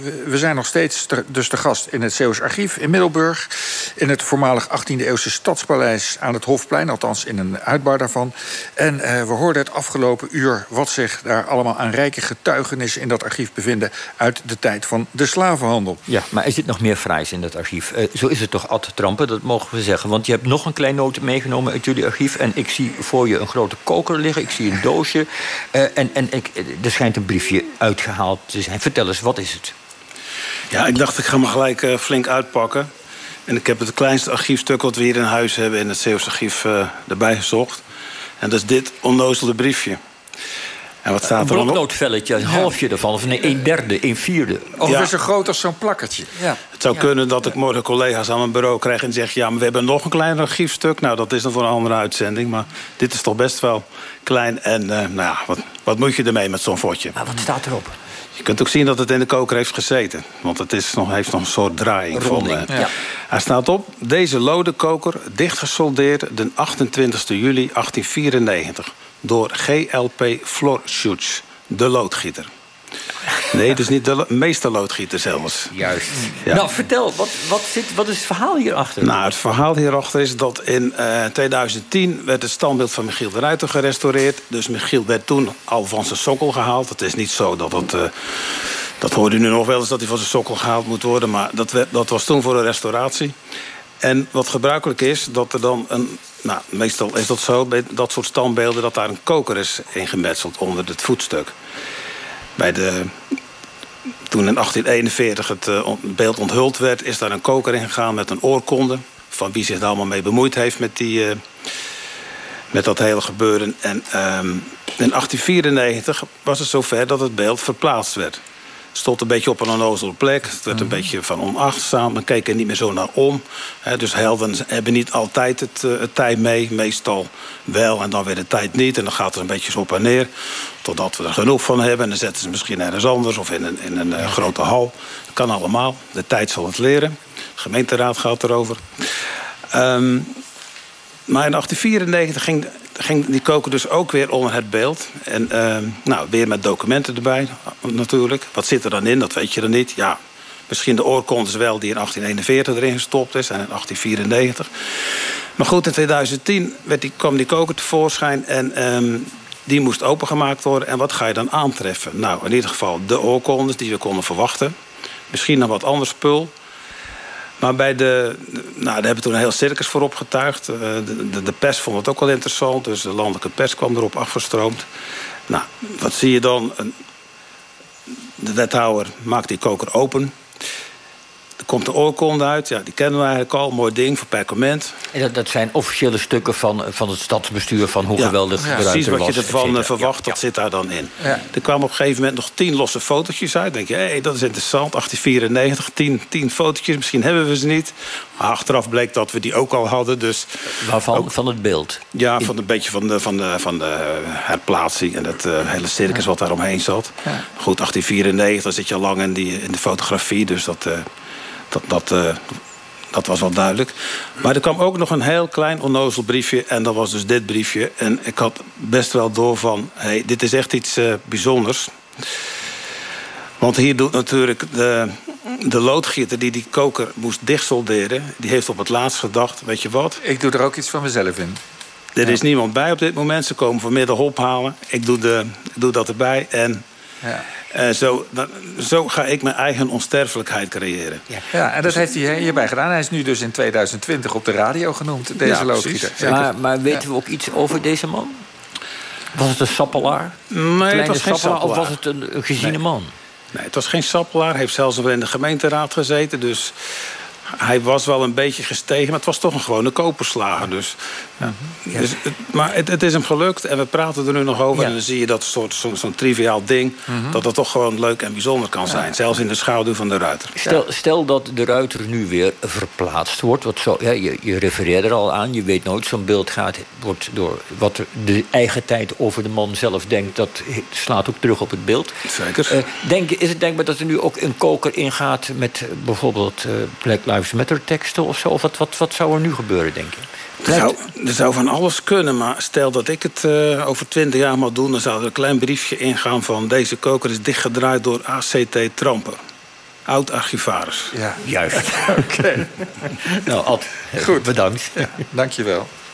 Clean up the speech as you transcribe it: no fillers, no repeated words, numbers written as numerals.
We zijn nog steeds dus te gast in het Zeeuws Archief in Middelburg. In het voormalig 18e-eeuwse Stadspaleis aan het Hofplein. Althans in een uitbouw daarvan. En we hoorden het afgelopen uur wat zich daar allemaal aan rijke getuigenissen in dat archief bevinden uit de tijd van de slavenhandel. Ja, maar er zit nog meer fraais in dat archief. Zo is het toch ad trampen, dat mogen we zeggen. Want je hebt nog een klein noot meegenomen uit jullie archief. En ik zie voor je een grote koker liggen. Ik zie een doosje. Er schijnt een briefje uitgehaald te zijn. Vertel eens, wat is het? Ja, ik dacht, ik ga me gelijk flink uitpakken. En ik heb het kleinste archiefstuk wat we hier in huis hebben in het Zeeuws Archief erbij gezocht. En dat is dit onnozele briefje. En wat staat er dan op? Een bloknoodvelletje, een halfje ervan, of nee, 1/3, 1/4. Ongeveer zo groot als zo'n plakkertje. Ja. Het zou kunnen dat ik morgen collega's aan mijn bureau krijg en zeg: ja, maar we hebben nog een klein archiefstuk. Nou, dat is dan voor een andere uitzending. Maar dit is toch best wel klein. En nou ja, wat moet je ermee met zo'n vodje? Maar wat staat erop? Je kunt ook zien dat het in de koker heeft gezeten. Want het heeft nog een soort draaiing. Ja. Hij staat op: deze lode koker, dichtgesoldeerd de 28 juli 1894... door G.L.P. Florschutz, de loodgieter. Nee, dus niet de meesterloodgieter zelfs. Juist. Ja. Nou, vertel, wat is het verhaal hierachter? Nou, het verhaal hierachter is dat in 2010 werd het standbeeld van Michiel de Ruiter gerestaureerd. Dus Michiel werd toen al van zijn sokkel gehaald. Het is niet zo dat het... dat hoort u nu nog wel eens, dat hij van zijn sokkel gehaald moet worden. Maar dat was toen voor een restauratie. En wat gebruikelijk is, dat er dan een... Nou, meestal is dat zo, bij dat soort standbeelden, dat daar een koker is ingemetseld onder het voetstuk. Toen in 1841 het beeld onthuld werd, is daar een koker in gegaan met een oorkonde. Van wie zich daar allemaal mee bemoeid heeft met dat hele gebeuren. En in 1894 was het zover dat het beeld verplaatst werd. Het stond een beetje op een onnozele plek. Het werd een beetje van onachtzaam. Men keek er niet meer zo naar om. Dus helden hebben niet altijd het tij mee. Meestal wel en dan weer de tijd niet. En dan gaat het een beetje zo op en neer. Totdat we er genoeg van hebben. En dan zetten ze misschien ergens anders of in een grote hal. Dat kan allemaal. De tijd zal het leren. De gemeenteraad gaat erover. Maar in 1894 ging die koker dus ook weer onder het beeld. En weer met documenten erbij natuurlijk. Wat zit er dan in? Dat weet je dan niet. Ja, misschien de oorkondes wel die in 1841 erin gestopt is. En in 1894. Maar goed, in 2010 kwam die koker tevoorschijn. En die moest opengemaakt worden. En wat ga je dan aantreffen? Nou, in ieder geval de oorkondes die we konden verwachten. Misschien nog wat ander spul. Maar daar hebben we toen een heel circus voor opgetuigd. De pers vond het ook wel interessant. Dus de landelijke pers kwam erop afgestroomd. Nou, wat zie je dan? De wethouder maakt die koker open. Er komt de oorkonde uit. Ja, die kennen we eigenlijk al. Mooi ding voor perkament. En dat zijn officiële stukken van het stadsbestuur van hoe geweldig de Ruiter was. Precies wat je ervan verwacht, dat zit daar dan in. Ja. Er kwamen op een gegeven moment nog 10 losse fotootjes uit. Dan denk je, dat is interessant. 1894, 10 fotootjes. Misschien hebben we ze niet. Maar achteraf bleek dat we die ook al hadden. Dus waarvan? Ook, van het beeld? Ja, een beetje van de herplaatsing en het hele circus wat daar omheen zat. Ja. Goed, 1894, dan zit je al lang in de fotografie. Dus dat was wel duidelijk. Maar er kwam ook nog een heel klein onnozel briefje. En dat was dus dit briefje. En ik had best wel door van... dit is echt iets bijzonders. Want hier doet natuurlijk de loodgieter die koker moest dichtsolderen... die heeft op het laatst gedacht, weet je wat? Ik doe er ook iets van mezelf in. Er is niemand bij op dit moment. Ze komen vanmiddag ophalen. Ik doe dat erbij en... Ja. Zo ga ik mijn eigen onsterfelijkheid creëren. Ja, en dat heeft hij hierbij gedaan. Hij is nu dus in 2020 op de radio genoemd, deze loodgieter. Ja. Maar weten we ook iets over deze man? Was het een sappelaar? Nee, het was geen sappelaar. Of was het een geziene man? Nee, het was geen sappelaar. Hij heeft zelfs wel in de gemeenteraad gezeten. Dus hij was wel een beetje gestegen, maar het was toch een gewone koperslager. Dus, maar het is hem gelukt en we praten er nu nog over. Ja. En dan zie je dat zo'n triviaal ding... dat het toch gewoon leuk en bijzonder kan zijn. Zelfs in de schaduw van de Ruiter. Stel dat de Ruiter nu weer verplaatst wordt. Je refereerde er al aan. Je weet nooit, zo'n beeld wordt door wat de eigen tijd over de man zelf denkt... dat slaat ook terug op het beeld. Zeker. Is het denkbaar dat er nu ook een koker ingaat... met bijvoorbeeld Black Lives Matter teksten of zo? Of wat zou er nu gebeuren, denk je? Er zou van alles kunnen, maar stel dat ik het over 20 jaar mag doen... dan zou er een klein briefje ingaan van... deze koker is dichtgedraaid door ACT Tramper. Oud-archivaris. Ja, Juist. oké. Nou, Ad, Goed. bedankt. Ja, dankjewel.